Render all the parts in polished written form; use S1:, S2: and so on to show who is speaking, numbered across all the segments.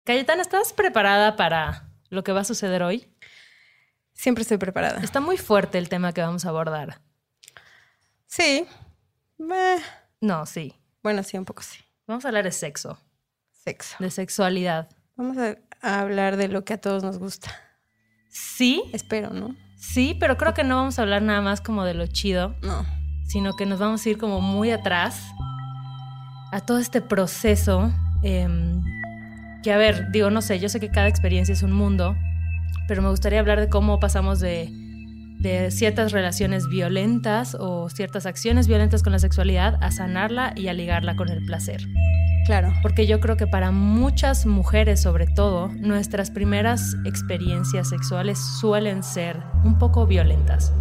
S1: Cayetana, ¿estás preparada para lo que va a suceder hoy?
S2: Siempre estoy preparada.
S1: Está muy fuerte el tema que vamos a abordar.
S2: Sí.
S1: No, sí.
S2: Bueno, sí, un poco sí.
S1: Vamos a hablar de sexo,
S2: Sexo.
S1: de sexualidad.
S2: Vamos a hablar de lo que a todos nos gusta.
S1: Sí,
S2: Espero, ¿no?
S1: sí, pero creo que no vamos a hablar nada más como de lo chido,
S2: No.
S1: sino que nos vamos a ir como muy atrás a todo este proceso que, a ver, digo, no sé, yo sé que cada experiencia es un mundo, pero me gustaría hablar de cómo pasamos de ciertas relaciones violentas o ciertas acciones violentas con la sexualidad a sanarla y a ligarla con el placer.
S2: Claro.
S1: Porque yo creo que para muchas mujeres, sobre todo, nuestras primeras experiencias sexuales suelen ser un poco violentas.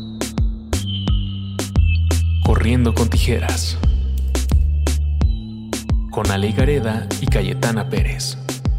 S3: Corriendo con tijeras. Con Ale Gareda y Cayetana Pérez.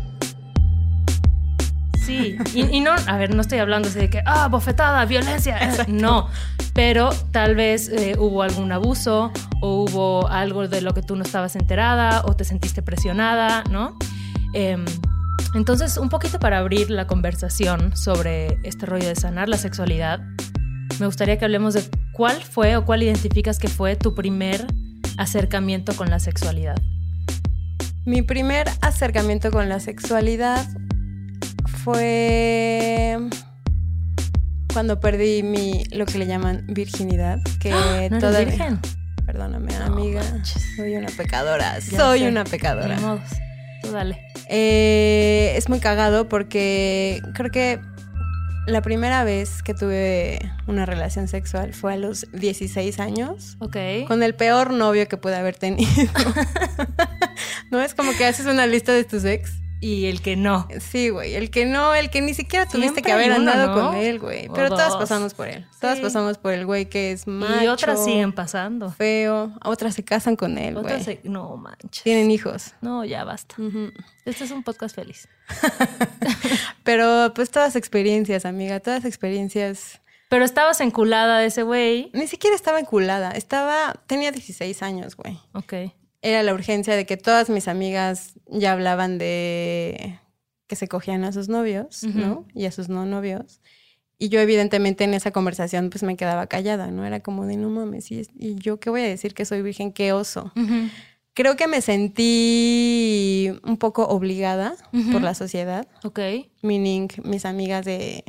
S1: Sí, y no, a ver, no estoy hablando así de que, bofetada, violencia. No, pero tal vez hubo algún abuso o hubo algo de lo que tú no estabas enterada o te sentiste presionada, ¿no? Entonces, un poquito para abrir la conversación sobre este rollo de sanar la sexualidad, me gustaría que hablemos de cuál fue o cuál identificas que fue tu primer acercamiento con la sexualidad.
S2: Mi primer acercamiento con la sexualidad fue cuando perdí lo que le llaman virginidad, que
S1: ¿No eres
S2: todavía...
S1: virgen?
S2: Perdóname,
S1: No,
S2: amiga.
S1: manches.
S2: Soy una pecadora.
S1: Ya
S2: Soy
S1: sé.
S2: una pecadora.
S1: Ni modos. Tú dale.
S2: Es muy cagado porque creo que la primera vez que tuve una relación sexual fue a los 16 años.
S1: Ok.
S2: Con el peor novio que pude haber tenido. ¿No? Es como que haces una lista de tus ex.
S1: Y el que no.
S2: Sí, güey. El que no, el que ni siquiera tuviste
S1: Siempre
S2: que haber
S1: hay uno,
S2: andado
S1: ¿no?
S2: con él, güey.
S1: O
S2: Pero todas
S1: dos.
S2: pasamos por él.
S1: Sí.
S2: Todas pasamos por el güey que es macho.
S1: Y otras siguen pasando.
S2: Feo. Otras se casan con él,
S1: Otras
S2: güey.
S1: no manches.
S2: Tienen hijos.
S1: No, ya basta.
S2: Ujú.
S1: Este es un podcast feliz.
S2: Pero pues todas experiencias, amiga. Todas experiencias.
S1: Pero estabas enculada de ese güey.
S2: Ni siquiera estaba enculada. Tenía 16 años, güey.
S1: Ok.
S2: Era la urgencia de que todas mis amigas ya hablaban de que se cogían a sus novios, ¿no? Y a sus no novios. Y yo evidentemente en esa conversación pues me quedaba callada, ¿no? Era como de no mames, ¿y yo qué voy a decir que soy virgen? ¡Qué oso! Creo que me sentí un poco obligada por la sociedad.
S1: Ok.
S2: Meaning mis amigas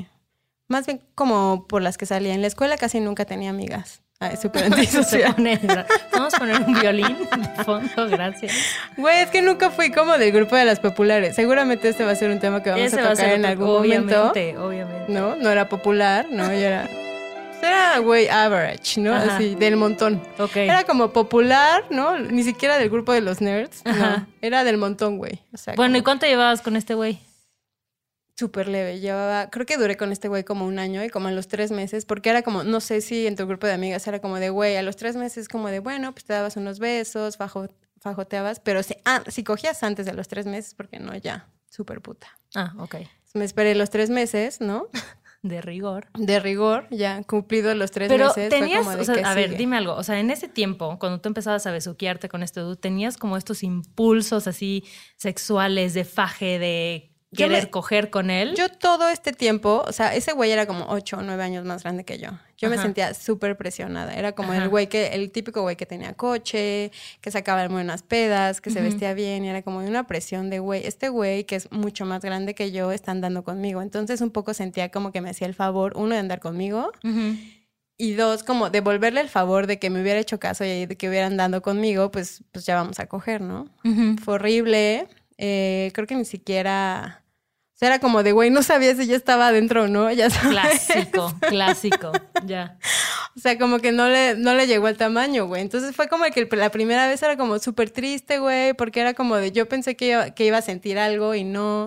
S2: más bien como por las que salía. En la escuela casi nunca tenía amigas. Ay, súper antisocial.
S1: Vamos a poner un violín de fondo, gracias.
S2: Güey, es que nunca fui como del grupo de las populares. Seguramente este va a ser un tema que vamos a tocar en algún momento.
S1: Obviamente.
S2: No era popular, no, yo era, güey, average, ¿no?
S1: Ajá.
S2: Así, del montón.
S1: Ok.
S2: Era como popular, ¿no? Ni siquiera del grupo de los nerds,
S1: Ajá.
S2: no. Era del montón, güey. O sea,
S1: Bueno,
S2: como
S1: ¿y cuánto llevabas con este güey?
S2: súper leve. Creo que duré con este güey como un año y como en los 3 meses, porque era como, no sé si en tu grupo de amigas era como de, güey, a los 3 meses como de, bueno, pues te dabas unos besos, fajoteabas, pero si cogías antes de los 3 meses, porque no, ya, súper puta.
S1: Ah, ok.
S2: Me esperé los 3 meses, ¿no?
S1: De rigor.
S2: De rigor, ya cumplido los 3
S1: Pero
S2: meses.
S1: tenías,
S2: fue como de,
S1: o sea,
S2: ¿qué
S1: a ver,
S2: sigue?
S1: dime algo. O sea, en ese tiempo, cuando tú empezabas a besuquearte con este dude, ¿tenías como estos impulsos así sexuales de faje, de querer coger con él?
S2: Yo todo este tiempo, o sea, ese güey era como 8 o 9 años más grande que yo. Yo me sentía súper presionada. Era como el típico güey que tenía coche, que sacaba buenas pedas, que se vestía bien. Y era como una presión de güey, este güey que es mucho más grande que yo está andando conmigo. Entonces un poco sentía como que me hacía el favor, uno, de andar conmigo. Y dos, como devolverle el favor de que me hubiera hecho caso y de que hubiera andado conmigo, pues ya vamos a coger, ¿no? Fue horrible. Creo que ni siquiera... O sea, era como de, güey, no sabía si ya estaba adentro o no, ya sabes.
S1: Clásico, ya.
S2: O sea, como que no le llegó al tamaño, güey. Entonces fue como que la primera vez era como súper triste, güey, porque era como de, yo pensé que iba a sentir algo y no.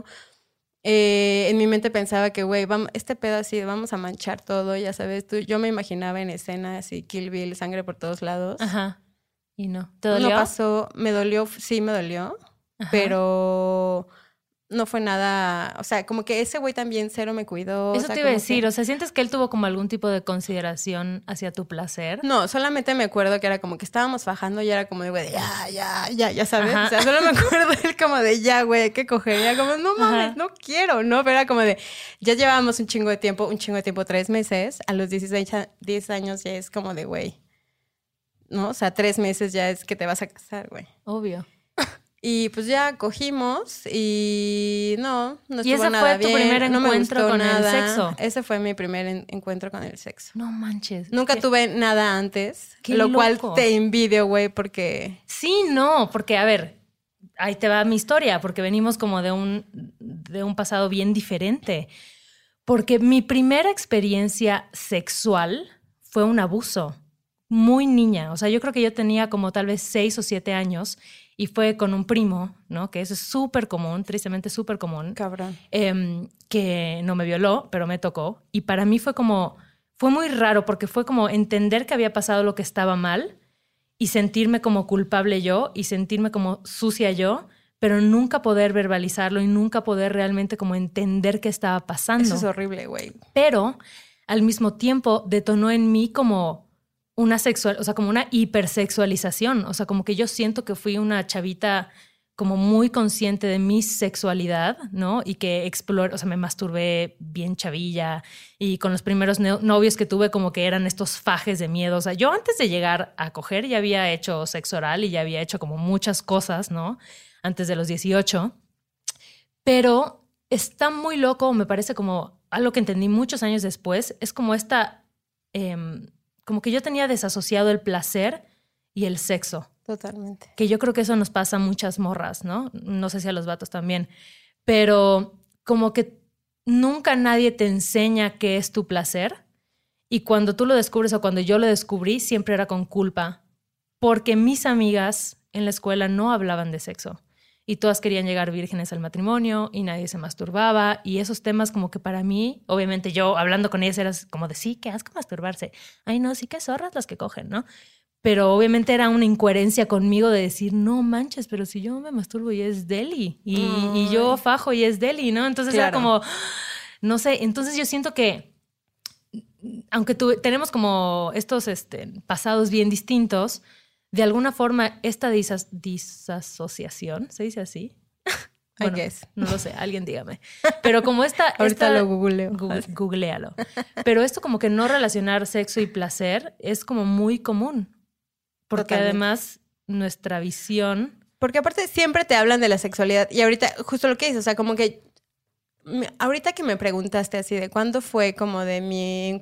S2: En mi mente pensaba que, güey, este pedo así, vamos a manchar todo, ya sabes. Yo me imaginaba en escena así, Kill Bill, sangre por todos lados.
S1: Ajá. Y no. ¿Te dolió?
S2: No pasó, me dolió, sí me dolió, pero... no fue nada, o sea, como que ese güey también cero me cuidó.
S1: Eso
S2: o sea,
S1: te iba a
S2: como
S1: decir,
S2: que...
S1: o sea, ¿sientes que él tuvo como algún tipo de consideración hacia tu placer?
S2: No, solamente me acuerdo que era como que estábamos fajando y era como de, güey, ya, ¿sabes? Ajá. O sea, solo me acuerdo él como de, ya, güey, ¿qué coger? Y era como, no mames, ajá, no quiero, ¿no? Pero era como de, ya llevábamos un chingo de tiempo, 3 meses, a los 10 años ya es como de, güey, ¿no? O sea, 3 meses ya es que te vas a casar, güey.
S1: Obvio.
S2: Y pues ya cogimos y no estuvo nada bien.
S1: ¿Y ese fue tu primer encuentro con el sexo?
S2: Ese fue mi primer encuentro con el sexo.
S1: No manches.
S2: Nunca tuve nada antes, lo
S1: loco.
S2: cual te envidio, güey, porque...
S1: Sí, no, porque a ver, ahí te va mi historia, porque venimos como de un pasado bien diferente. Porque mi primera experiencia sexual fue un abuso. Muy niña. O sea, yo creo que yo tenía como tal vez 6 o 7 años y fue con un primo, ¿no? Que eso es súper común, tristemente súper común.
S2: Cabrón.
S1: Que no me violó, pero me tocó. Y para mí fue muy raro porque fue como entender que había pasado lo que estaba mal y sentirme como culpable yo y sentirme como sucia yo, pero nunca poder verbalizarlo y nunca poder realmente como entender qué estaba pasando.
S2: Eso es horrible, güey.
S1: Pero al mismo tiempo detonó en mí como como una hipersexualización. O sea, como que yo siento que fui una chavita como muy consciente de mi sexualidad, ¿no? Y que exploré, o sea, me masturbé bien chavilla y con los primeros novios que tuve como que eran estos fajes de miedo. O sea, yo antes de llegar a coger ya había hecho sexo oral y ya había hecho como muchas cosas, ¿no? Antes de los 18. Pero está muy loco, me parece como algo que entendí muchos años después, es como como que yo tenía desasociado el placer y el sexo.
S2: Totalmente.
S1: Que yo creo que eso nos pasa a muchas morras, ¿no? No sé si a los vatos también. Pero como que nunca nadie te enseña qué es tu placer. Y cuando tú lo descubres o cuando yo lo descubrí, siempre era con culpa. Porque mis amigas en la escuela no hablaban de sexo. Y todas querían llegar vírgenes al matrimonio y nadie se masturbaba. Y esos temas como que para mí, obviamente yo hablando con ellas era como de sí, qué asco masturbarse. Ay, no, sí, qué zorras las que cogen, ¿no? Pero obviamente era una incoherencia conmigo de decir, no manches, pero si yo me masturbo y es deli. Y yo fajo y es deli, ¿no? Entonces claro. Era como, no sé, entonces yo siento que aunque tenemos como estos pasados bien distintos, de alguna forma esta disasociación, ¿se dice así? Bueno, no lo sé, alguien dígame. Pero como
S2: Ahorita lo googleo.
S1: Googlealo. Pero esto como que no relacionar sexo y placer es como muy común. Porque totalmente. Además nuestra visión...
S2: Porque aparte siempre te hablan de la sexualidad. Y ahorita, justo lo que dices, o sea, como que... Ahorita que me preguntaste así de cuándo fue como de mi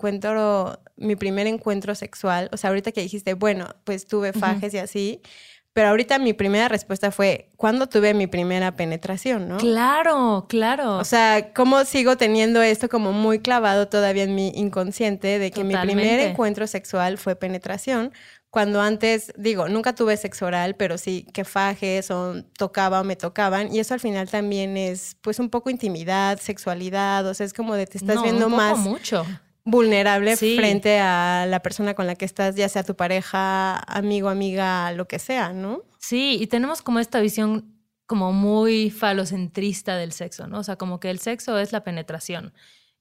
S2: primer encuentro sexual, o sea, ahorita que dijiste, bueno, pues tuve fajes y así, pero ahorita mi primera respuesta fue, ¿cuándo tuve mi primera penetración, no?
S1: Claro, claro.
S2: O sea, ¿cómo sigo teniendo esto como muy clavado todavía en mi inconsciente de que totalmente. Mi primer encuentro sexual fue penetración? Cuando antes, digo, nunca tuve sexo oral, pero sí que fajes o tocaba o me tocaban. Y eso al final también es, pues, un poco intimidad, sexualidad. O sea, es como de te estás viendo más
S1: mucho.
S2: Vulnerable sí. Frente a la persona con la que estás, ya sea tu pareja, amigo, amiga, lo que sea, ¿no?
S1: Sí, y tenemos como esta visión como muy falocentrista del sexo, ¿no? O sea, como que el sexo es la penetración.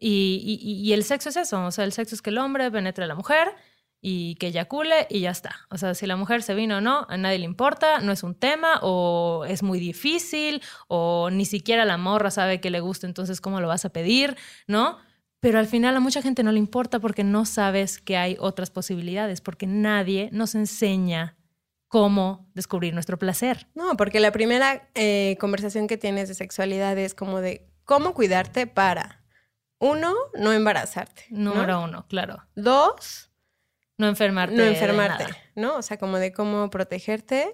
S1: Y el sexo es eso. O sea, el sexo es que el hombre penetre a la mujer y que eyacule y ya está. O sea, si la mujer se vino o no, a nadie le importa, no es un tema, o es muy difícil, o ni siquiera la morra sabe que le gusta, entonces ¿cómo lo vas a pedir? ¿No? Pero al final a mucha gente no le importa porque no sabes que hay otras posibilidades, porque nadie nos enseña cómo descubrir nuestro placer.
S2: No, porque la primera conversación que tienes de sexualidad es como de cómo cuidarte para, 1, no embarazarte.
S1: Número 1, claro.
S2: 2...
S1: No enfermarte.
S2: No enfermarte, ¿no? O sea, como de cómo protegerte.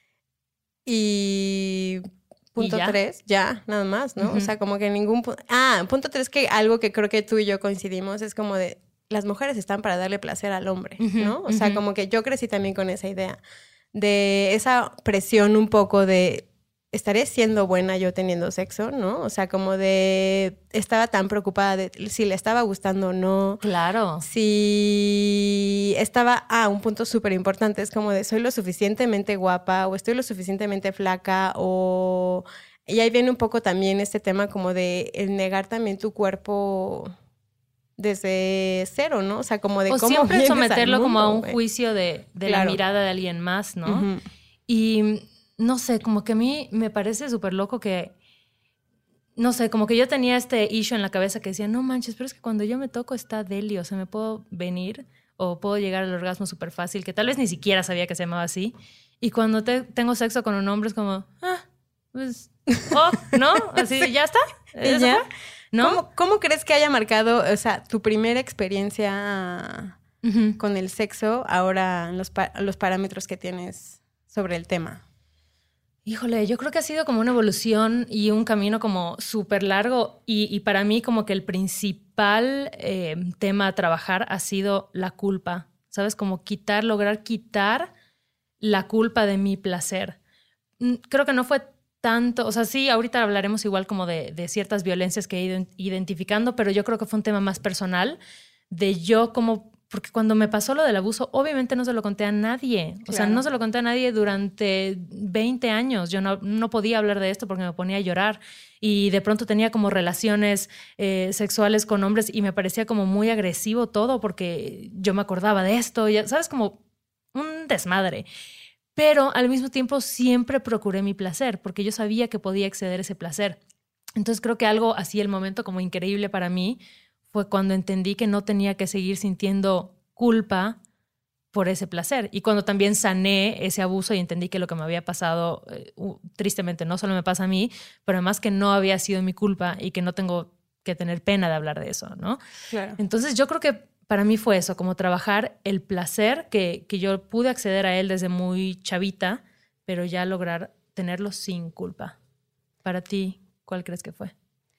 S2: Y punto 3, ya, nada más, ¿no? O sea, como que ningún... punto 3, que algo que creo que tú y yo coincidimos es como de las mujeres están para darle placer al hombre, ¿no? O sea, como que yo crecí también con esa idea de esa presión un poco de ¿estaré siendo buena yo teniendo sexo, no? O sea, como de... Estaba tan preocupada de si le estaba gustando o no.
S1: Claro.
S2: Si estaba... un punto súper importante es como de soy lo suficientemente guapa o estoy lo suficientemente flaca o Y ahí viene un poco también este tema como de el negar también tu cuerpo desde cero, ¿no? O sea, como de
S1: o
S2: cómo
S1: siempre
S2: vienes
S1: someterlo
S2: al
S1: como a un
S2: mundo,
S1: juicio de la
S2: Claro.
S1: mirada de alguien más, ¿no?
S2: Ujú.
S1: Y no sé, como que a mí me parece súper loco que, no sé, como que yo tenía este issue en la cabeza que decía, no manches, pero es que cuando yo me toco está deli, o sea, me puedo venir o puedo llegar al orgasmo súper fácil, que tal vez ni siquiera sabía que se llamaba así. Y cuando tengo sexo con un hombre es como, pues, ¿no? Así,
S2: Sí.
S1: ¿ya está?
S2: ¿Y
S1: ¿Eso
S2: ya?
S1: fue? ¿No?
S2: ¿Cómo crees que haya marcado, o sea, tu primera experiencia
S1: Ujú.
S2: con el sexo ahora en los parámetros que tienes sobre el tema?
S1: Híjole, yo creo que ha sido como una evolución y un camino como súper largo y para mí como que el principal tema a trabajar ha sido la culpa, ¿sabes? Como lograr quitar la culpa de mi placer. Creo que no fue tanto, o sea, sí, ahorita hablaremos igual como de ciertas violencias que he ido identificando, pero yo creo que fue un tema más personal de yo como... Porque cuando me pasó lo del abuso, obviamente no se lo conté a nadie. O sea,
S2: Claro.
S1: no se lo conté a nadie durante 20 años. Yo no podía hablar de esto porque me ponía a llorar. Y de pronto tenía como relaciones sexuales con hombres y me parecía como muy agresivo todo porque yo me acordaba de esto. Ya, ¿sabes? Como un desmadre. Pero al mismo tiempo siempre procuré mi placer porque yo sabía que podía exceder ese placer. Entonces creo que algo así, el momento como increíble para mí fue cuando entendí que no tenía que seguir sintiendo culpa por ese placer. Y cuando también sané ese abuso y entendí que lo que me había pasado, tristemente, no solo me pasa a mí, pero además que no había sido mi culpa y que no tengo que tener pena de hablar de eso, ¿no?
S2: Claro.
S1: Entonces yo creo que para mí fue eso, como trabajar el placer que yo pude acceder a él desde muy chavita, pero ya lograr tenerlo sin culpa. Para ti, ¿cuál crees que fue?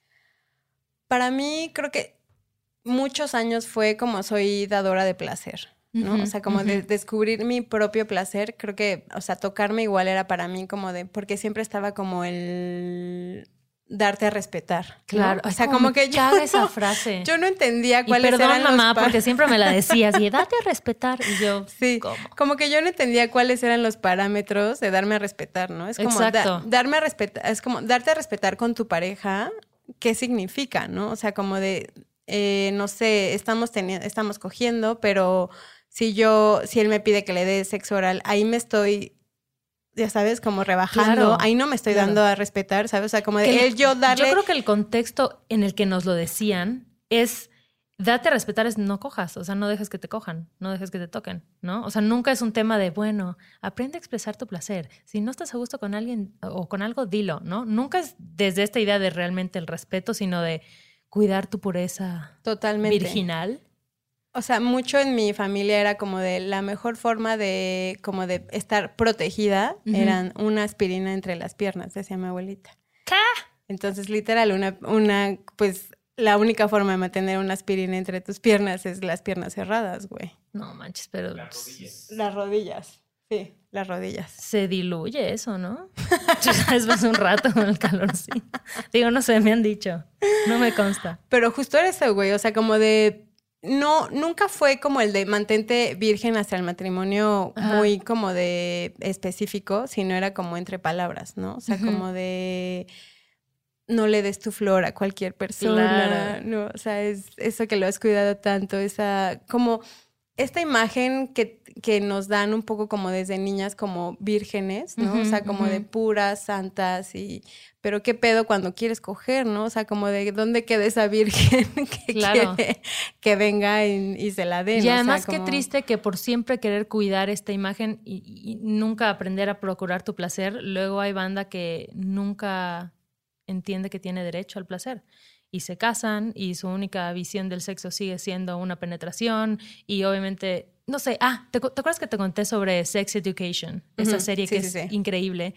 S2: Para mí creo que muchos años fue como soy dadora de placer, ¿no?
S1: Ujú,
S2: O sea, como de descubrir mi propio placer. Creo que, o sea, tocarme igual era para mí como de... Porque siempre estaba como el darte a respetar, ¿no?
S1: Claro.
S2: O
S1: Ay,
S2: sea,
S1: cómo
S2: como
S1: me
S2: que
S1: caga esa frase.
S2: yo no entendía
S1: Y
S2: cuáles
S1: perdón,
S2: eran
S1: mamá,
S2: los
S1: porque siempre me la decías y date a respetar. Y yo,
S2: Sí,
S1: ¿cómo?
S2: como que yo no entendía cuáles eran los parámetros de darme a respetar, ¿no? Es como
S1: Exacto.
S2: darme a respetar, es como darte a respetar con tu pareja, ¿qué significa, no? O sea, como de, no sé, estamos cogiendo, pero si él me pide que le dé sexo oral, ahí me estoy, ya sabes, como rebajando,
S1: Claro,
S2: ahí no me estoy
S1: claro.
S2: dando a respetar, ¿sabes? O sea, como de
S1: Que
S2: yo darle...
S1: Yo creo que el contexto en el que nos lo decían es date a respetar es no cojas, o sea, no dejes que te cojan, no dejes que te toquen, ¿no? O sea, nunca es un tema de, bueno, aprende a expresar tu placer. Si no estás a gusto con alguien o con algo, dilo, ¿no? Nunca es desde esta idea de realmente el respeto, sino de cuidar tu pureza
S2: Totalmente.
S1: virginal.
S2: O sea, mucho en mi familia era como de la mejor forma de como de estar protegida eran una aspirina entre las piernas, decía mi abuelita.
S1: ¿Qué?
S2: Entonces, literal, pues la única forma de mantener una aspirina entre tus piernas es las piernas cerradas, güey.
S1: No manches, pero
S2: Las rodillas. Sí, las rodillas.
S1: se diluye eso, ¿no? Después de un rato con el calor, sí. Digo, no sé, me han dicho. No me consta.
S2: Pero justo era eso, güey. O sea, como de... No, nunca fue como el de mantente virgen hasta el matrimonio muy como de específico, sino era como entre palabras, ¿no? O sea, como de no le des tu flor a cualquier persona,
S1: Claro.
S2: ¿no? O sea, es eso que lo has cuidado tanto, esa como esta imagen que nos dan un poco como desde niñas como vírgenes, ¿no? O sea, como de puras, santas y... Pero qué pedo cuando quieres coger, ¿no? O sea, como de dónde queda esa virgen que
S1: Claro.
S2: quiere que venga y se la den.
S1: Y
S2: o sea,
S1: además
S2: como...
S1: qué triste que por siempre querer cuidar esta imagen y nunca aprender a procurar tu placer, luego hay banda que nunca entiende que tiene derecho al placer. Y se casan y su única visión del sexo sigue siendo una penetración y obviamente, no sé, ¿te acuerdas que te conté sobre Sex Education? Esa serie
S2: Sí,
S1: que
S2: sí,
S1: es
S2: sí.
S1: increíble.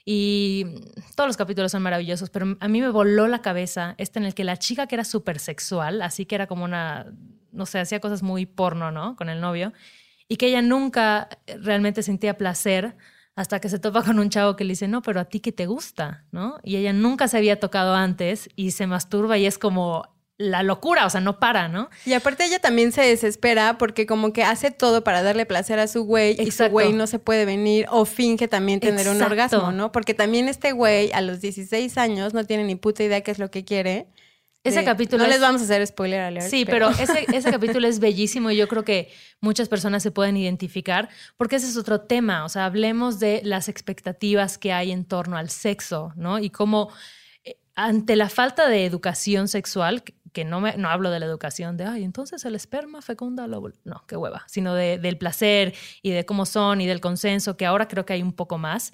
S1: Y todos los capítulos son maravillosos, pero a mí me voló la cabeza en el que la chica que era súper sexual, así que era como una, no sé, hacía cosas muy porno, ¿no? Con el novio, y que ella nunca realmente sentía placer hasta que se topa con un chavo que le dice, no, pero a ti qué te gusta, ¿no? Y ella nunca se había tocado antes y se masturba y es como la locura, o sea, no para, ¿no?
S2: Y aparte ella también se desespera porque como que hace todo para darle placer a su güey. Exacto. Y su güey no se puede venir o finge también tener un orgasmo, ¿no? Porque también este güey a los 16 años no tiene ni puta idea qué es lo que quiere.
S1: Ese capítulo
S2: no les vamos a hacer spoiler alert.
S1: Sí, pero ese capítulo es bellísimo y yo creo que muchas personas se pueden identificar porque ese es otro tema. O sea, hablemos de las expectativas que hay en torno al sexo, ¿no? Y cómo ante la falta de educación sexual, que no hablo de la educación de, ay, entonces el esperma fecunda el óvulo. No, qué hueva. Sino del placer y de cómo son y del consenso, que ahora creo que hay un poco más.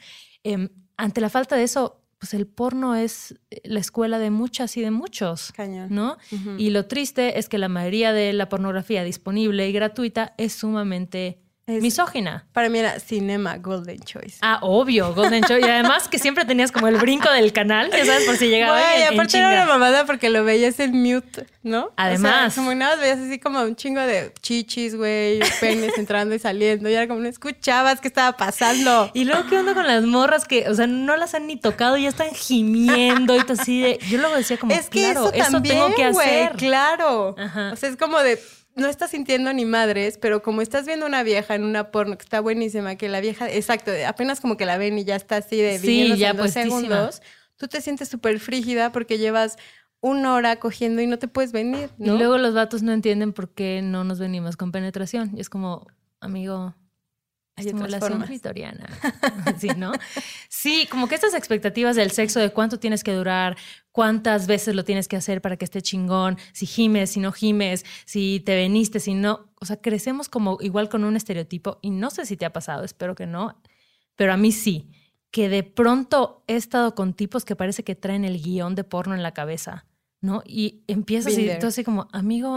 S1: Ante la falta de eso, pues el porno es la escuela de muchas y de muchos.
S2: Cañón.
S1: ¿No? Uh-huh. Y lo triste es que la mayoría de la pornografía disponible y gratuita es sumamente misógina.
S2: Para mí era Cinema Golden Choice.
S1: Ah, obvio, Golden Choice. Y además que siempre tenías como el brinco del canal, ya sabes, por si llegaba
S2: y aparte era una mamada porque lo veías en mute, ¿no?
S1: Además.
S2: O sea, como nada más veías así como un chingo de chichis, güey, penes entrando y saliendo. Y era como no escuchabas qué estaba pasando.
S1: Y luego, ¿qué onda con las morras que, o sea, no las han ni tocado y ya están gimiendo y todo así de... Yo luego decía como,
S2: es que
S1: claro,
S2: eso también,
S1: tengo que hacer.
S2: Güey, claro.
S1: Ajá.
S2: O sea, es como de... No estás sintiendo ni madres, pero como estás viendo una vieja en una porno que está buenísima, que la vieja, exacto, apenas como que la ven y ya está así de viniendo
S1: ya
S2: en 2 segundos, tú te sientes súper frígida porque llevas 1 hora cogiendo y no te puedes venir, ¿no?
S1: Y luego los vatos no entienden por qué no nos venimos con penetración. Y es como, amigo... estimulación clitoriana. Sí, ¿no? Sí, como que estas expectativas del sexo, de cuánto tienes que durar, cuántas veces lo tienes que hacer para que esté chingón, si gimes, si no gimes, si te veniste, si no. O sea, crecemos como igual con un estereotipo y no sé si te ha pasado, espero que no, pero a mí sí, que de pronto he estado con tipos que parece que traen el guión de porno en la cabeza, ¿no? Y empiezas y tú así como, amigo,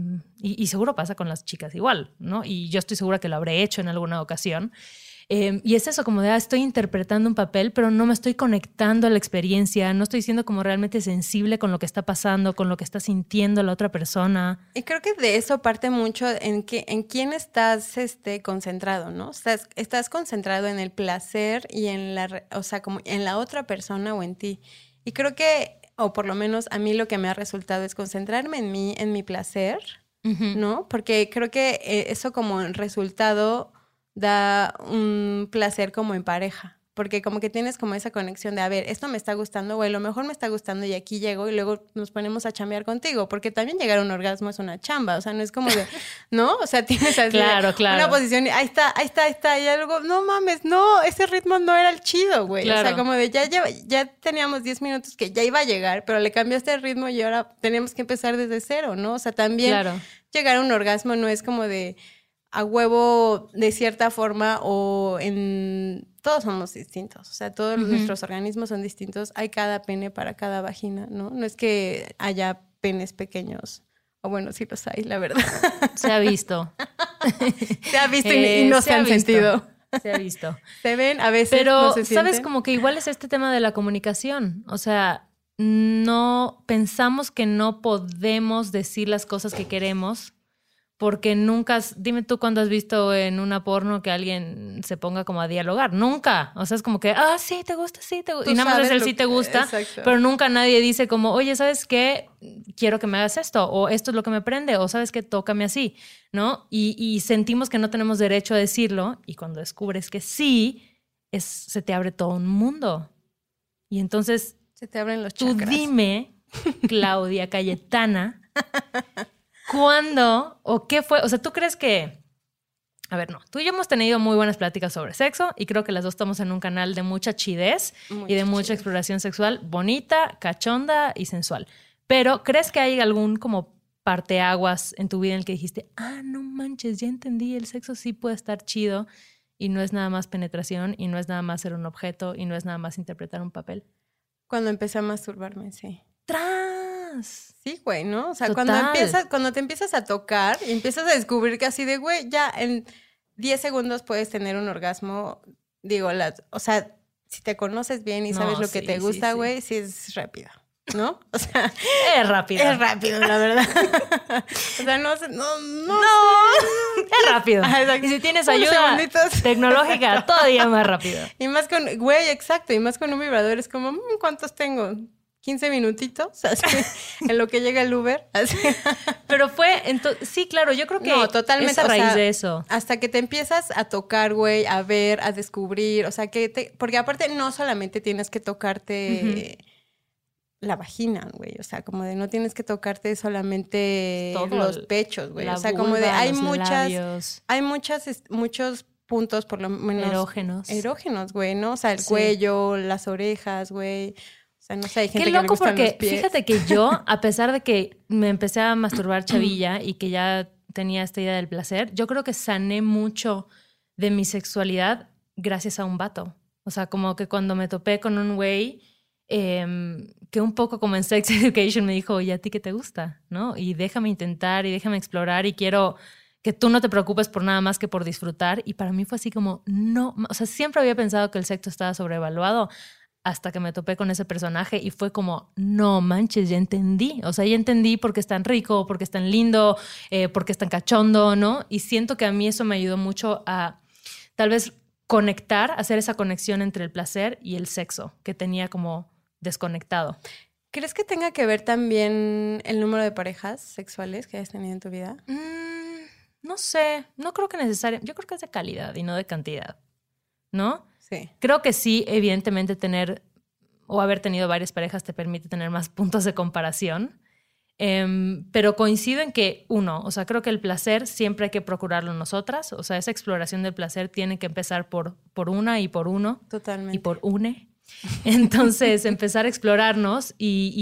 S1: y seguro pasa con las chicas igual, ¿no? Y yo estoy segura que lo habré hecho en alguna ocasión. Y es eso, como de, estoy interpretando un papel, pero no me estoy conectando a la experiencia, no estoy siendo como realmente sensible con lo que está pasando, con lo que está sintiendo la otra persona.
S2: Y creo que de eso parte mucho en quién estás concentrado, ¿no? Estás concentrado en el placer y o sea, como en la otra persona o en ti. Y creo que o por lo menos a mí lo que me ha resultado es concentrarme en mi placer, uh-huh. ¿no? Porque creo que eso como resultado da un placer como en pareja. Porque como que tienes como esa conexión de, a ver, esto me está gustando, o a lo mejor me está gustando y aquí llego y luego nos ponemos a chambear contigo. Porque también llegar a un orgasmo es una chamba, o sea, no es como de, ¿no? O sea, tienes así
S1: claro.
S2: una posición y ahí está. Y algo, no mames, no, ese ritmo no era el chido, güey. Claro. O sea, como de ya teníamos 10 minutos que ya iba a llegar, pero le cambiaste el ritmo y ahora tenemos que empezar desde cero, ¿no? O sea, también llegar a un orgasmo no es como de a huevo de cierta forma o todos somos distintos, o sea, todos uh-huh. nuestros organismos son distintos, hay cada pene para cada vagina, ¿no? No es que haya penes pequeños, o bueno, sí los hay, la verdad.
S1: Se ha visto.
S2: Se ha visto y no se han sentido.
S1: Se ha visto.
S2: Se ven, a veces
S1: pero,
S2: no se sienten.
S1: ¿sabes? Como que igual es este tema de la comunicación, o sea, no pensamos que no podemos decir las cosas que queremos. Porque nunca, dime tú cuándo has visto en una porno que alguien se ponga como a dialogar. Nunca. O sea, es como que, sí, te gusta, sí, te gusta. Y nada más es el sí te gusta. Exacto. Pero nunca nadie dice como, oye, ¿sabes qué? Quiero que me hagas esto. O esto es lo que me prende. O ¿sabes qué? Tócame así, ¿no? Y sentimos que no tenemos derecho a decirlo. Y cuando descubres que sí, se te abre todo un mundo. Y entonces...
S2: se te abren los chakras.
S1: Tú dime, Claudia Cayetana... ¿Cuándo o qué fue? O sea, ¿tú crees que...? A ver, no. Tú y yo hemos tenido muy buenas pláticas sobre sexo y creo que las dos estamos en un canal de mucha chidez y de mucha exploración sexual bonita, cachonda y sensual. Pero, ¿crees que hay algún como parteaguas en tu vida en el que dijiste, no manches, ya entendí, el sexo sí puede estar chido y no es nada más penetración y no es nada más ser un objeto y no es nada más interpretar un papel?
S2: Cuando empecé a masturbarme, sí.
S1: Sí,
S2: güey, ¿no? O sea,
S1: total.
S2: cuando te empiezas a tocar y empiezas a descubrir que así de, güey, ya en 10 segundos puedes tener un orgasmo, digo, o sea, si te conoces bien y sabes lo que te gusta, güey, sí es rápido, ¿no? O sea...
S1: es rápido.
S2: Es rápido, la verdad. O sea, no.
S1: Es rápido. Y si tienes ayuda tecnológica, todavía más rápido.
S2: Y más con, güey, exacto, y más con un vibrador es como, ¿cuántos tengo? 15 minutitos, así, en lo que llega el Uber. Así.
S1: Pero sí, claro, yo creo que
S2: no, totalmente,
S1: es a raíz de eso.
S2: Hasta que te empiezas a tocar, güey, a ver, a descubrir, o sea, porque aparte no solamente tienes que tocarte la vagina, güey, o sea, como de no tienes que tocarte solamente los pechos, güey, o sea, como de hay muchos puntos, por lo menos erógenos, güey, ¿no? O sea, el cuello, las orejas, güey. O sea, no sé, hay gente
S1: Qué loco,
S2: que le gustan
S1: porque
S2: los pies.
S1: fíjate que yo, a pesar de que me empecé a masturbar chavilla y que ya tenía esta idea del placer, yo creo que sané mucho de mi sexualidad gracias a un vato. O sea, como que cuando me topé con un güey que un poco como en Sex Education me dijo, oye, ¿a ti qué te gusta? ¿No? Y déjame intentar y déjame explorar y quiero que tú no te preocupes por nada más que por disfrutar. Y para mí fue así como, no, o sea, siempre había pensado que el sexo estaba sobrevaluado hasta que me topé con ese personaje y fue como, no manches, ya entendí. O sea, ya entendí por qué es tan rico, por qué es tan lindo, por qué es tan cachondo, ¿no? Y siento que a mí eso me ayudó mucho a tal vez conectar, hacer esa conexión entre el placer y el sexo que tenía como desconectado.
S2: ¿Crees que tenga que ver también el número de parejas sexuales que hayas tenido en tu vida?
S1: No sé, no creo que necesariamente. Yo creo que es de calidad y no de cantidad, ¿no?
S2: Sí.
S1: Creo que sí, evidentemente tener o haber tenido varias parejas te permite tener más puntos de comparación. Pero coincido en que, o sea, creo que el placer siempre hay que procurarlo nosotras. O sea, esa exploración del placer tiene que empezar por una y por uno.
S2: Totalmente.
S1: Y por une. Entonces, empezar a explorarnos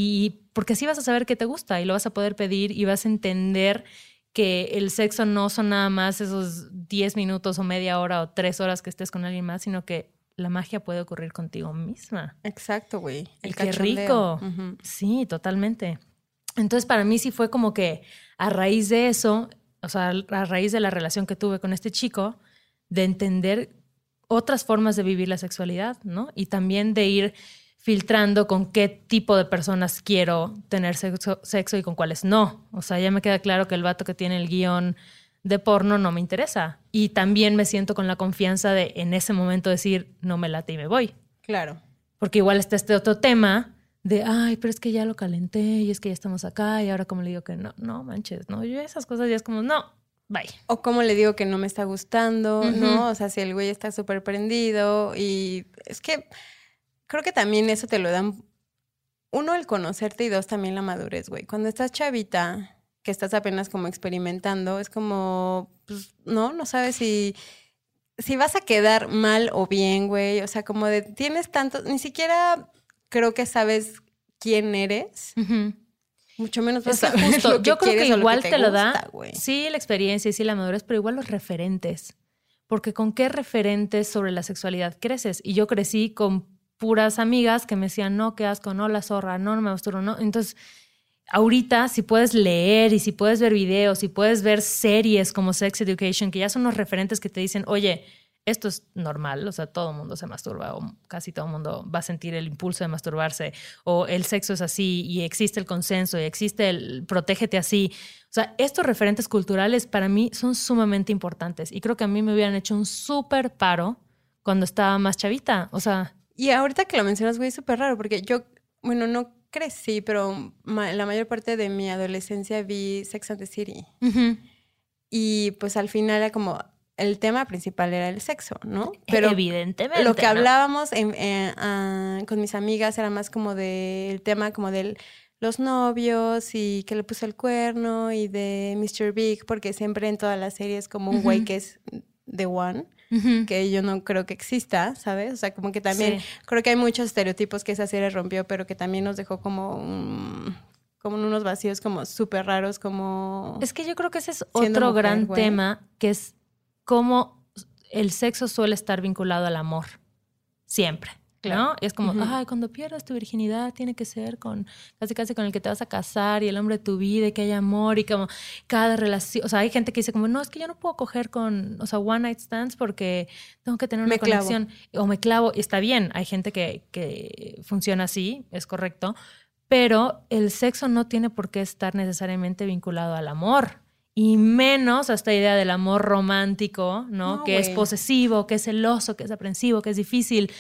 S1: y porque así vas a saber qué te gusta y lo vas a poder pedir y vas a entender que el sexo no son nada más esos 10 minutos o media hora o 3 horas que estés con alguien más, sino que la magia puede ocurrir contigo misma.
S2: Exacto, güey.
S1: El qué rico. Sí, totalmente. Entonces, para mí sí fue como que a raíz de eso, o sea, a raíz de la relación que tuve con este chico, de entender otras formas de vivir la sexualidad, ¿no? Y también de ir filtrando con qué tipo de personas quiero tener sexo y con cuáles no. O sea, ya me queda claro que el vato que tiene el guión de porno no me interesa. Y también me siento con la confianza de en ese momento decir, no me late y me voy.
S2: Claro.
S1: Porque igual está este otro tema de, ay, pero es que ya lo calenté y es que ya estamos acá y ahora como le digo que no manches, ¿no? Yo esas cosas ya es como, no, bye.
S2: O como le digo que no me está gustando, ¿no? O sea, si el güey está súper prendido y es que creo que también eso te lo dan, uno, el conocerte y dos, también la madurez, güey. Cuando estás chavita, que estás apenas como experimentando, es como, pues, no sabes si vas a quedar mal o bien, güey. O sea, como de, tienes tanto, ni siquiera creo que sabes quién eres. Mucho menos vas a saber
S1: justo.
S2: lo que
S1: yo creo que igual
S2: que
S1: te lo
S2: gusta,
S1: da,
S2: güey.
S1: Sí, la experiencia y sí la madurez, pero igual los referentes. Porque ¿con qué referentes sobre la sexualidad creces? Y yo crecí con puras amigas que me decían, no, qué asco, no, la zorra, no me masturbo, no. Entonces, ahorita, si puedes leer y si puedes ver videos, si puedes ver series como Sex Education, que ya son los referentes que te dicen, oye, esto es normal, o sea, todo el mundo se masturba o casi todo el mundo va a sentir el impulso de masturbarse o el sexo es así y existe el consenso y existe el protégete así. O sea, estos referentes culturales para mí son sumamente importantes y creo que a mí me hubieran hecho un súper paro cuando estaba más chavita, o sea...
S2: Y ahorita que lo mencionas, güey, es súper raro porque yo, bueno, no crecí, pero la mayor parte de mi adolescencia vi Sex and the City. Y pues al final era como... El tema principal era el sexo, ¿no?
S1: Pero evidentemente.
S2: Lo que hablábamos con mis amigas era más como del tema como de los novios y que le puso el cuerno y de Mr. Big, porque siempre en todas las series como un güey que es the one, que yo no creo que exista, ¿sabes? O sea, como que también creo que hay muchos estereotipos que esa serie rompió, pero que también nos dejó como unos vacíos como súper raros, como...
S1: Es que yo creo que ese es otro gran tema, que es cómo el sexo suele estar vinculado al amor. Siempre, claro. ¿No? Es como, ay, cuando pierdas tu virginidad tiene que ser con casi con el que te vas a casar y el hombre de tu vida y que haya amor y como cada relación. O sea, hay gente que dice como, no, es que yo no puedo coger con, o sea, one night stands porque tengo que tener una conexión. O me clavo. Y está bien, hay gente que funciona así, es correcto. Pero el sexo no tiene por qué estar necesariamente vinculado al amor. Y menos a esta idea del amor romántico, ¿no? Que es posesivo, que es celoso, que es aprensivo, que es difícil. Es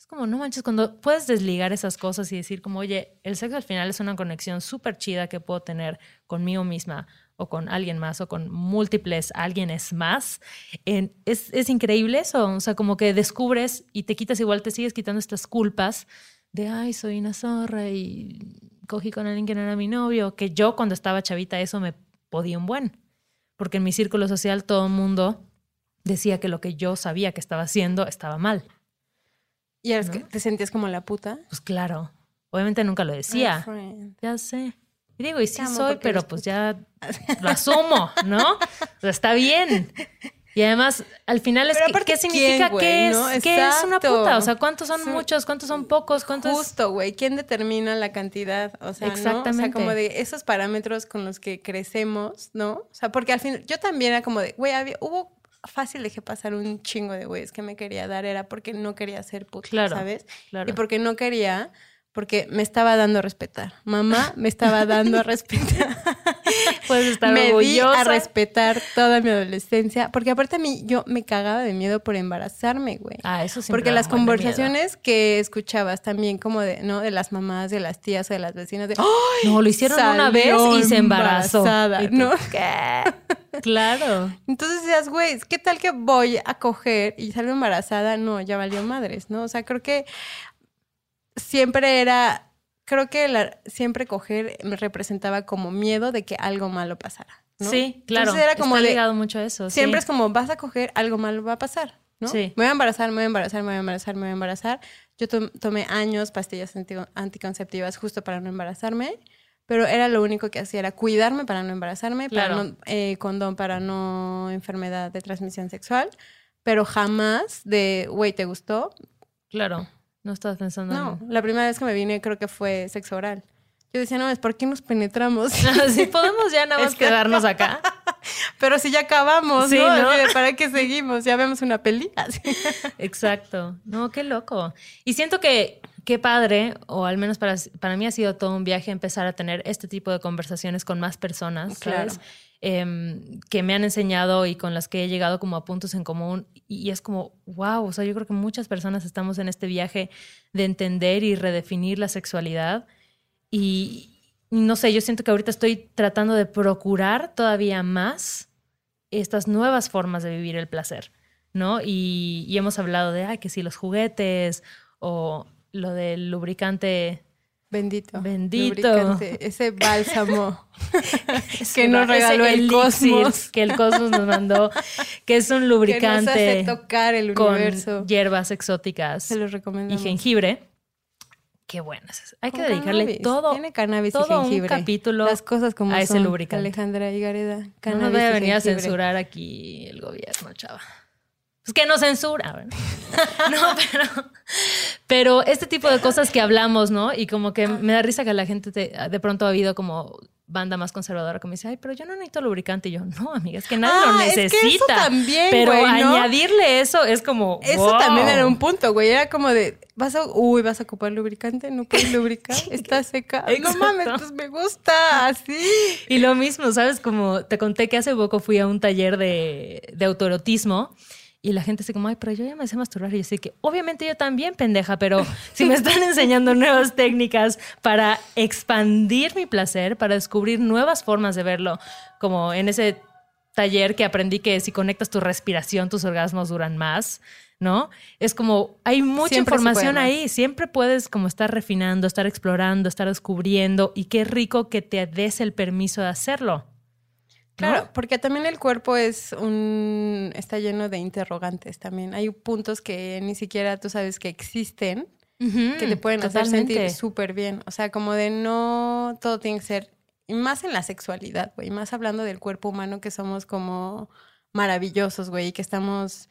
S1: Es como, no manches, cuando puedes desligar esas cosas y decir como, oye, el sexo al final es una conexión súper chida que puedo tener conmigo misma o con alguien más o con múltiples alguienes más. Es increíble eso. O sea, como que descubres y te quitas igual, te sigues quitando estas culpas de, ay, soy una zorra y cogí con alguien que no era mi novio. Que yo cuando estaba chavita eso me podía un buen. Porque en mi círculo social todo el mundo decía que lo que yo sabía que estaba haciendo estaba mal.
S2: ¿Y eres
S1: ¿no?
S2: que te sentías como la puta?
S1: Pues claro. Obviamente nunca lo decía.
S2: Ay, friend.
S1: Ya sé. Y digo, y sí
S2: Te amo
S1: soy,
S2: porque
S1: pero
S2: eres
S1: pues
S2: puta.
S1: ya lo asumo, ¿no? O sea, está bien. Y además, al final es
S2: Pero
S1: que,
S2: aparte,
S1: ¿qué significa
S2: ¿quién,
S1: que,
S2: güey? ¿No?
S1: es, que es una
S2: Exacto.
S1: puta? O sea, ¿cuántos son
S2: Sí.
S1: muchos? ¿Cuántos son pocos? ¿Cuántos?
S2: Justo, güey. ¿Quién determina la cantidad? O sea, ¿no? O sea,
S1: Exactamente.
S2: como de esos parámetros con los que crecemos, ¿no? O sea, porque al fin, yo también era como de, güey, hubo fácil, dejé pasar un chingo de güeyes que me quería dar, era porque no quería ser puta,
S1: Claro,
S2: ¿sabes?
S1: claro.
S2: Y porque no quería, porque me estaba dando a respetar. Mamá me estaba dando a respetar.
S1: Puedes estar
S2: Me di
S1: orgullosa.
S2: a respetar toda mi adolescencia, porque aparte a mí yo me cagaba de miedo por embarazarme, güey.
S1: Ah, eso siempre
S2: Porque
S1: da
S2: las
S1: un buen de miedo.
S2: conversaciones que escuchabas también como de, ¿no? De las mamás, de las tías o de las vecinas de, ¡ay!
S1: No, lo hicieron una vez
S2: Salió
S1: y se embarazó.
S2: embarazada,
S1: Y tú,
S2: ¿no?
S1: ¿qué? Claro.
S2: Entonces decías, güey, ¿qué tal que voy a coger y salgo embarazada? No, ya valió madres, ¿no? O sea, creo que siempre coger me representaba como miedo de que algo malo pasara, ¿no?
S1: Sí, claro.
S2: Entonces era como
S1: está
S2: de,
S1: ligado mucho a eso.
S2: siempre
S1: sí.
S2: es como, vas a coger, algo malo va a pasar, ¿no?
S1: Sí.
S2: Me voy a embarazar, me voy a embarazar, me voy a embarazar, me voy a embarazar. Yo tomé años pastillas anticonceptivas justo para no embarazarme, pero era lo único que hacía, era cuidarme para no embarazarme,
S1: Claro.
S2: para no, condón para no enfermedad de transmisión sexual, pero jamás de, güey, ¿te gustó?
S1: Claro. No estabas pensando
S2: No, la primera vez que me vine creo que fue sexo oral. Yo decía, no, es ¿por qué nos penetramos?
S1: Si podemos ya nada más quedarnos acá.
S2: Pero si ya acabamos,
S1: Sí,
S2: ¿no?
S1: ¿no?
S2: Así de, ¿para qué seguimos? Ya vemos una peli. Así.
S1: Exacto. No, qué loco. Y siento que qué padre, o al menos para mí ha sido todo un viaje empezar a tener este tipo de conversaciones con más personas, ¿sabes? Que me han enseñado y con las que he llegado como a puntos en común. Y es como, wow, o sea, yo creo que muchas personas estamos en este viaje de entender y redefinir la sexualidad. Y no sé, yo siento que ahorita estoy tratando de procurar todavía más estas nuevas formas de vivir el placer, ¿no? Y hemos hablado de, ay, que si los juguetes o lo del lubricante.
S2: Bendito.
S1: Bendito.
S2: Lubricante, ese bálsamo que
S1: No,
S2: nos regaló
S1: ese
S2: el
S1: elixir
S2: cosmos.
S1: que el cosmos nos mandó, que es un
S2: Que nos
S1: lubricante
S2: hace tocar el universo.
S1: con hierbas exóticas
S2: Se los
S1: y
S2: recomendamos.
S1: jengibre. Qué bueno es eso. Hay que
S2: Con
S1: dedicarle
S2: cannabis.
S1: todo,
S2: Tiene cannabis y
S1: todo un
S2: jengibre.
S1: capítulo
S2: Las cosas como
S1: a ese
S2: son,
S1: lubricante.
S2: Alejandra Higareda.
S1: No
S2: Cannabis
S1: nos vaya a
S2: y
S1: venir a
S2: jengibre.
S1: censurar aquí el gobierno, chava. Pues que no censura, ¿verdad? No, pero este tipo de cosas que hablamos, ¿no? Y como que me da risa que la gente de pronto ha habido como banda más conservadora que me dice, ay, pero yo no necesito lubricante. Y yo, no, amiga, es que nadie lo necesita.
S2: Es que eso también,
S1: pero
S2: güey, ¿no?
S1: añadirle eso es como,
S2: Eso
S1: wow.
S2: también era un punto, güey. Era como de, vas a ocupar lubricante, no puedes lubricar, está seca. No
S1: Exacto.
S2: mames, pues me gusta, así.
S1: Y lo mismo, ¿sabes? Como te conté que hace poco fui a un taller de autoerotismo y la gente así como, ay, pero yo ya me sé masturbar. Y yo sé que, obviamente yo también, pendeja, pero si me están enseñando nuevas técnicas para expandir mi placer, para descubrir nuevas formas de verlo, como en ese taller que aprendí que si conectas tu respiración, tus orgasmos duran más, ¿no? Es como, hay mucha
S2: Siempre se
S1: información
S2: puede más.
S1: ahí. Siempre puedes como estar refinando, estar explorando, estar descubriendo y qué rico que te des el permiso de hacerlo.
S2: Claro,
S1: ¿no?
S2: porque también el cuerpo está lleno de interrogantes también. Hay puntos que ni siquiera tú sabes que existen, que te pueden hacer sentir súper bien. O sea, como de no todo tiene que ser, y más en la sexualidad, güey, más hablando del cuerpo humano que somos como maravillosos, güey, y que estamos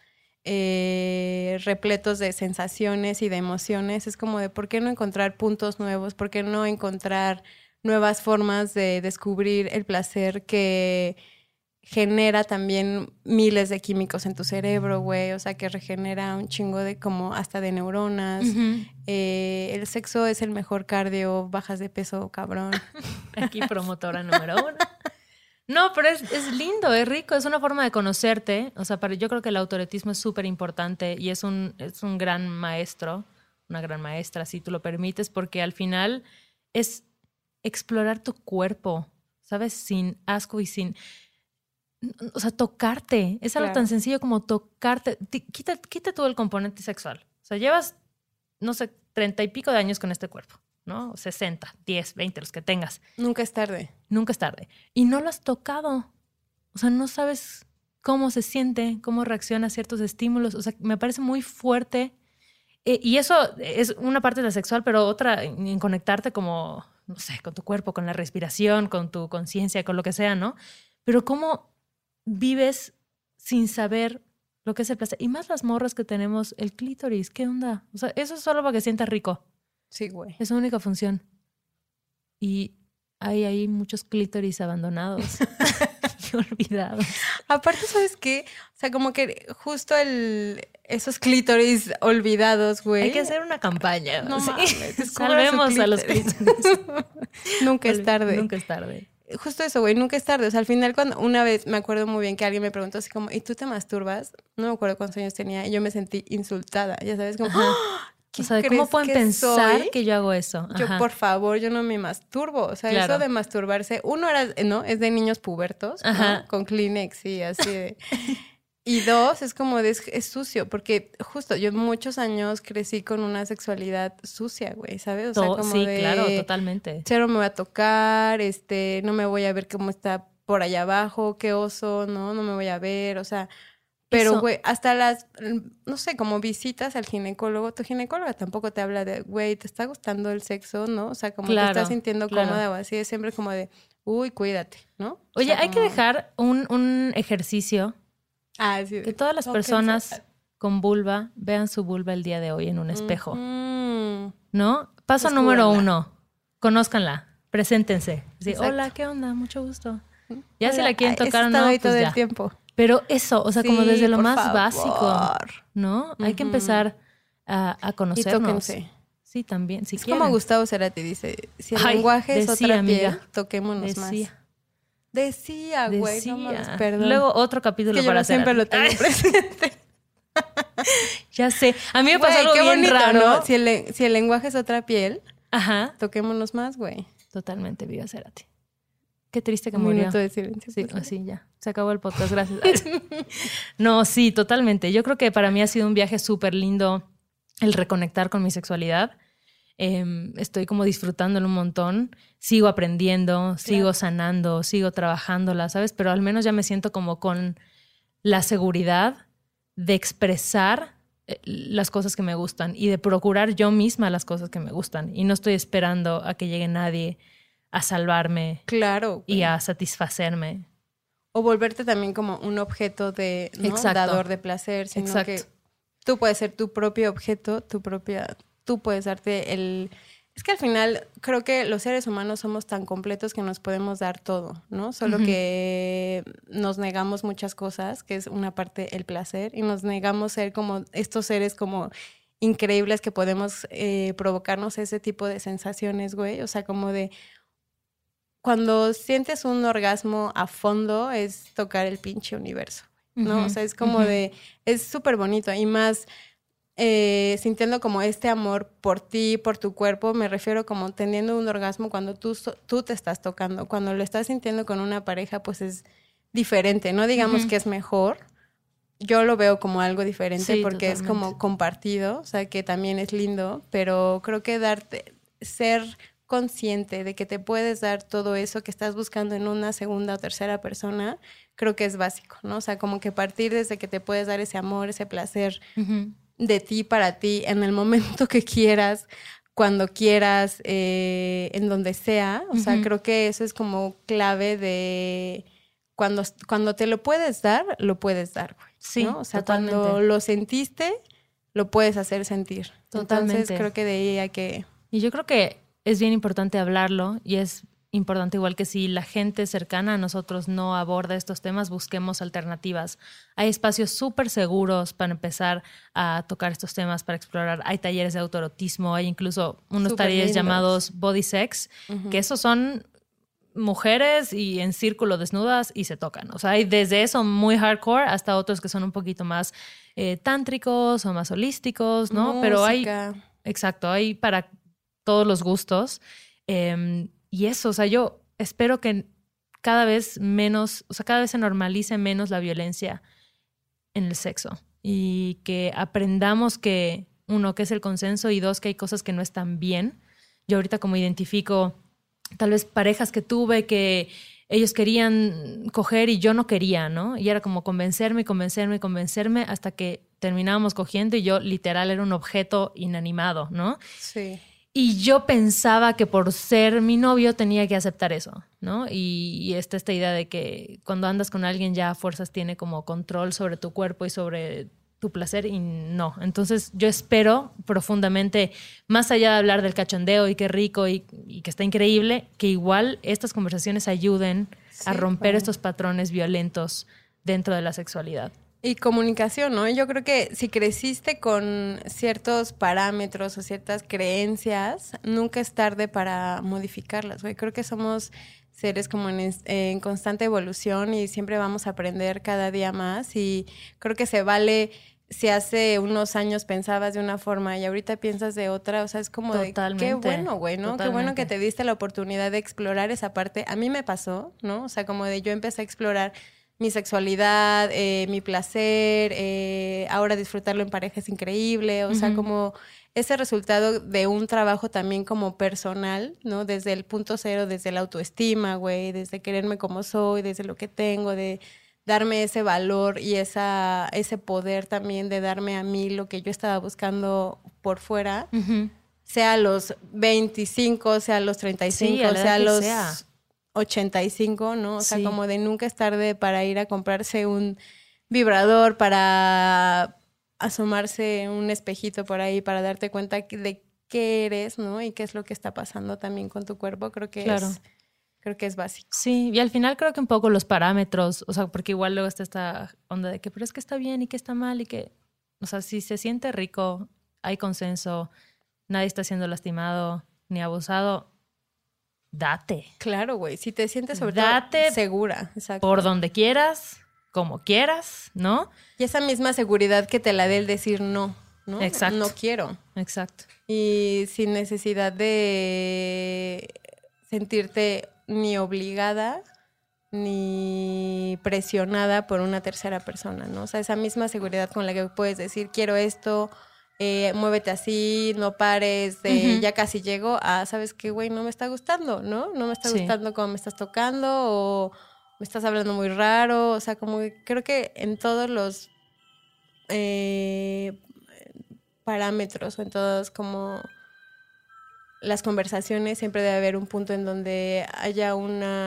S2: repletos de sensaciones y de emociones. Es como de ¿por qué no encontrar puntos nuevos? ¿Por qué no encontrar nuevas formas de descubrir el placer que genera también miles de químicos en tu cerebro, güey? O sea, que regenera un chingo de como hasta de neuronas. El sexo es el mejor cardio, bajas de peso, cabrón.
S1: Aquí promotora número 1. No, pero es lindo, es rico, es una forma de conocerte. O sea, yo creo que el autoerotismo es súper importante y es un gran maestro, una gran maestra, si tú lo permites, porque al final es explorar tu cuerpo, ¿sabes? Sin asco y sin... O sea, tocarte. Es algo tan sencillo como tocarte. Quita todo el componente sexual. O sea, llevas, no sé, 30 y pico de años con este cuerpo, ¿no? 60, 10, 20, los que tengas.
S2: Nunca es tarde.
S1: Nunca es tarde. Y no lo has tocado. O sea, no sabes cómo se siente, cómo reacciona a ciertos estímulos. O sea, me parece muy fuerte. Y eso es una parte de la sexual, pero otra en conectarte como, no sé, con tu cuerpo, con la respiración, con tu conciencia, con lo que sea, ¿no? Pero cómo vives sin saber lo que es el placer. Y más las morras que tenemos, el clítoris, ¿qué onda? O sea, eso es solo para que sientas rico.
S2: Sí, güey.
S1: Es su única función. Y hay muchos clítoris abandonados y olvidados.
S2: Aparte, ¿sabes qué? O sea, como que justo esos clítoris olvidados, güey.
S1: Hay que hacer una campaña.
S2: No
S1: ¿sí?
S2: mames,
S1: Salvemos a los clítoris.
S2: Nunca es tarde.
S1: Nunca es tarde.
S2: Justo eso, güey, nunca es tarde. O sea, al final, cuando una vez me acuerdo muy bien que alguien me preguntó así como, ¿y tú te masturbas? No me acuerdo cuántos años tenía y yo me sentí insultada. Ya sabes, como,
S1: O sea, ¿cómo pueden pensar que yo hago eso?
S2: Yo, por favor, yo no me masturbo. O sea, eso de masturbarse, uno era, ¿no? Es de niños pubertos, ¿no? Con Kleenex y así de... Y dos, es como es sucio, porque justo yo muchos años crecí con una sexualidad sucia, güey, ¿sabes? O sea, como
S1: sí, claro, totalmente.
S2: Cero me voy a tocar, no me voy a ver cómo está por allá abajo, qué oso, ¿no? No me voy a ver, o sea... Pero, güey, hasta las, no sé, como visitas al ginecólogo, tu ginecóloga tampoco te habla de, güey, ¿te está gustando el sexo, no? O sea, como te estás sintiendo cómoda o así, es siempre como de, uy, cuídate, ¿no?
S1: Oye,
S2: sea,
S1: hay que dejar un ejercicio...
S2: sí,
S1: que todas las personas con vulva vean su vulva el día de hoy en un espejo. ¿No? Paso número 1. Conózcanla. Preséntense. Sí, hola, ¿qué onda? Mucho gusto. Ya si la quieren tocar o no, pues
S2: todo
S1: ya.
S2: El tiempo.
S1: Pero eso, o sea, como desde lo más
S2: favor.
S1: básico, ¿no? Hay que empezar a conocernos.
S2: Y tóquense.
S1: Sí, también, si quieren.
S2: Como Gustavo Cerati dice, si el lenguaje es otra piel, toquémonos más. Decía, güey, no mames, perdón.
S1: Luego otro capítulo
S2: que
S1: para
S2: yo siempre lo tengo presente.
S1: Ya sé. A mí me pasó algo
S2: qué
S1: bien
S2: bonito,
S1: raro.
S2: ¿no? Si el lenguaje es otra piel, toquémonos más, güey.
S1: Totalmente, viva Cerati. Qué triste que
S2: Un
S1: murió.
S2: minuto de silencio.
S1: Sí, así ya. Se acabó el podcast, gracias. No, sí, totalmente. Yo creo que para mí ha sido un viaje súper lindo el reconectar con mi sexualidad. Estoy como disfrutándolo un montón. Sigo aprendiendo, sigo sanando, sigo trabajándola, ¿sabes? Pero al menos ya me siento como con la seguridad de expresar las cosas que me gustan y de procurar yo misma las cosas que me gustan. Y no estoy esperando a que llegue nadie a salvarme y a satisfacerme.
S2: O volverte también como un objeto de, ¿no? Dador de placer, sino que tú puedes ser tu propio objeto, tú puedes darte el... Es que al final creo que los seres humanos somos tan completos que nos podemos dar todo, ¿no? Solo que nos negamos muchas cosas, que es una parte el placer, y nos negamos ser como estos seres como increíbles que podemos provocarnos ese tipo de sensaciones, güey. O sea, como de... Cuando sientes un orgasmo a fondo es tocar el pinche universo, ¿no? O sea, es como de... Es súper bonito y más... sintiendo como este amor por ti, por tu cuerpo, me refiero como teniendo un orgasmo cuando tú te estás tocando. Cuando lo estás sintiendo con una pareja, pues es diferente. No digamos que es mejor. Yo lo veo como algo diferente porque es como compartido, o sea, que también es lindo, pero creo que ser consciente de que te puedes dar todo eso que estás buscando en una segunda o tercera persona, creo que es básico, ¿no? O sea, como que partir desde que te puedes dar ese amor, ese placer de ti para ti en el momento que quieras, cuando quieras, en donde sea. O sea, creo que eso es como clave de cuando te lo puedes dar, güey.
S1: Sí,
S2: ¿no? O sea,
S1: totalmente.
S2: cuando lo sentiste, lo puedes hacer sentir.
S1: Totalmente.
S2: Entonces, creo que de ahí hay que...
S1: Y yo creo que es bien importante hablarlo y es importante igual que si la gente cercana a nosotros no aborda estos temas, busquemos alternativas. Hay espacios súper seguros para empezar a tocar estos temas, para explorar. Hay talleres de autoerotismo, hay incluso unos
S2: Súper
S1: talleres
S2: lindos.
S1: llamados Body Sex, que esos son mujeres y en círculo desnudas y se tocan. O sea, hay desde eso muy hardcore hasta otros que son un poquito más tántricos o más holísticos, ¿no? Pero hay exacto, hay para todos los gustos. Y eso, o sea, yo espero que cada vez menos, o sea, cada vez se normalice menos la violencia en el sexo y que aprendamos que, uno, que es el consenso y dos, que hay cosas que no están bien. Yo ahorita como identifico tal vez parejas que tuve que ellos querían coger y yo no quería, ¿no? Y era como convencerme hasta que terminábamos cogiendo y yo literal era un objeto inanimado, ¿no?
S2: Sí.
S1: Y yo pensaba que por ser mi novio tenía que aceptar eso, ¿no? Y esta idea de que cuando andas con alguien ya a fuerzas tiene como control sobre tu cuerpo y sobre tu placer y no. Entonces yo espero profundamente, más allá de hablar del cachondeo y qué rico y que está increíble, que igual estas conversaciones ayuden a romper estos patrones violentos dentro de la sexualidad.
S2: Y comunicación, ¿no? Yo creo que si creciste con ciertos parámetros o ciertas creencias, nunca es tarde para modificarlas, güey. Creo que somos seres como en constante evolución y siempre vamos a aprender cada día más y creo que se vale si hace unos años pensabas de una forma y ahorita piensas de otra, o sea, es como
S1: totalmente,
S2: de qué bueno, güey, ¿no?
S1: Totalmente.
S2: Qué bueno que te diste la oportunidad de explorar esa parte. A mí me pasó, ¿no? O sea, como de yo empecé a explorar mi sexualidad, mi placer, ahora disfrutarlo en pareja es increíble, o sea, como ese resultado de un trabajo también como personal, ¿no? Desde el punto cero, desde la autoestima, güey, desde quererme como soy, desde lo que tengo, de darme ese valor y ese poder también de darme a mí lo que yo estaba buscando por fuera, sea a los 25, sea a los 35,
S1: sí,
S2: sea a los 85, ¿no? O sea, como de nunca es tarde para ir a comprarse un vibrador, para asomarse un espejito por ahí, para darte cuenta de qué eres, ¿no? Y qué es lo que está pasando también con tu cuerpo. Creo que es básico.
S1: Sí, y al final creo que un poco los parámetros, o sea, porque igual luego está esta onda de que, pero es que está bien y que está mal y que, o sea, si se siente rico, hay consenso, nadie está siendo lastimado ni abusado, date.
S2: Claro, güey, si te sientes sobre todo segura. Exacto.
S1: Por donde quieras, como quieras, ¿no?
S2: Y esa misma seguridad que te la dé el decir no, ¿no?
S1: Exacto.
S2: No quiero.
S1: Exacto.
S2: Y sin necesidad de sentirte ni obligada ni presionada por una tercera persona, ¿no? O sea, esa misma seguridad con la que puedes decir, quiero esto, muévete así, no pares, ya casi llego a, ¿sabes qué, güey? No me está gustando, ¿no? No me está gustando cómo me estás tocando o me estás hablando muy raro. O sea, como que creo que en todos los parámetros o en todos como las conversaciones siempre debe haber un punto en donde haya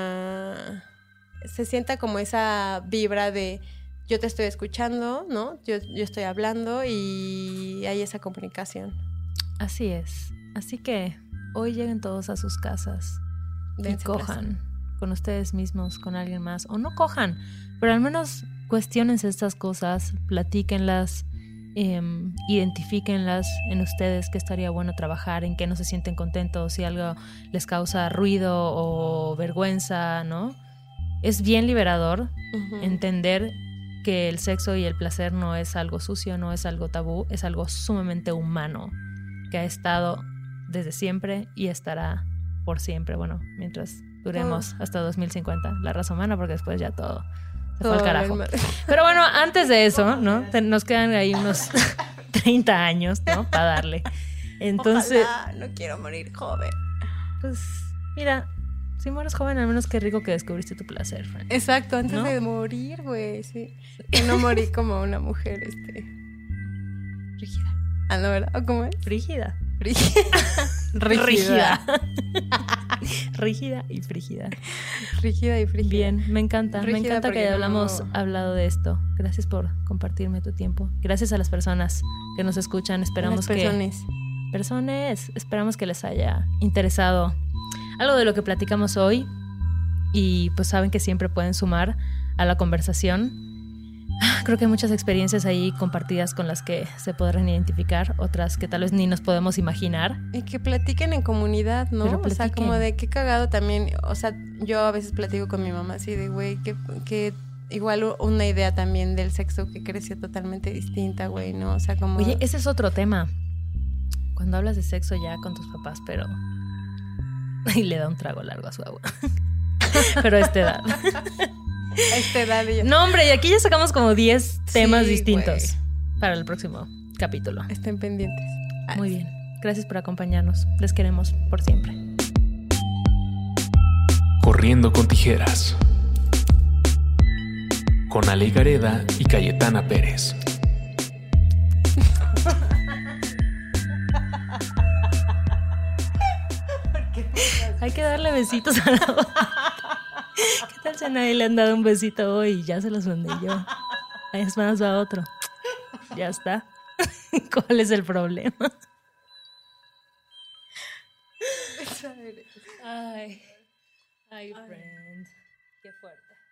S2: se sienta como esa vibra de yo te estoy escuchando, ¿no? Yo estoy hablando y hay esa comunicación.
S1: Así es. Así que hoy lleguen todos a sus casas y cojan con ustedes mismos, con alguien más, o no cojan, pero al menos cuestionense estas cosas, platíquenlas, identifíquenlas en ustedes, qué estaría bueno trabajar, en qué no se sienten contentos, si algo les causa ruido o vergüenza, ¿no? Es bien liberador entender que el sexo y el placer no es algo sucio, no es algo tabú, es algo sumamente humano, que ha estado desde siempre y estará por siempre, bueno, mientras duremos hasta 2050, la raza humana, porque después ya todo se fue al carajo. Pero bueno, antes de eso, ¿no? Nos quedan ahí unos 30 años, ¿no? Para darle. Entonces,
S2: ojalá, no quiero morir joven.
S1: Pues, mira, si mueres joven, al menos qué rico que descubriste tu placer, Fran.
S2: Exacto, antes de morir, güey, sí. Que no morí como una mujer, rígida. Ah, ¿no, verdad? ¿O cómo es?
S1: Frígida.
S2: Rígida.
S1: Rígida y frígida.
S2: Rígida y frígida.
S1: Bien, me encanta.
S2: Rígida,
S1: me encanta que hayamos
S2: no...
S1: hablado de esto. Gracias por compartirme tu tiempo. Gracias a las personas que nos escuchan. Esperamos esperamos que les haya interesado algo de lo que platicamos hoy. Y pues saben que siempre pueden sumar a la conversación. Creo que hay muchas experiencias ahí compartidas con las que se podrán identificar, otras que tal vez ni nos podemos imaginar.
S2: Y que platiquen en comunidad, ¿no? O sea, como de qué cagado también. O sea, yo a veces platico con mi mamá así de, güey, que igual una idea también del sexo que creció totalmente distinta, güey, ¿no? O sea, como...
S1: Oye, ese es otro tema. cuando hablas de sexo ya con tus papás, pero... Y le da un trago largo a su agua. Pero a esta edad.
S2: A esta edad y yo.
S1: No, hombre, y aquí ya sacamos como 10 temas
S2: Sí,
S1: distintos
S2: güey.
S1: para el próximo capítulo.
S2: Estén pendientes.
S1: Muy bien. Gracias por acompañarnos. Les queremos por siempre.
S3: Corriendo con tijeras. Con Ale Gareda y Cayetana Pérez.
S1: Hay que darle besitos a la otra. ¿Qué tal si a nadie le han dado un besito hoy y ya se los mandé yo? Es más, va otro. Ya está. ¿Cuál es el problema? Ay, friend. Qué fuerte.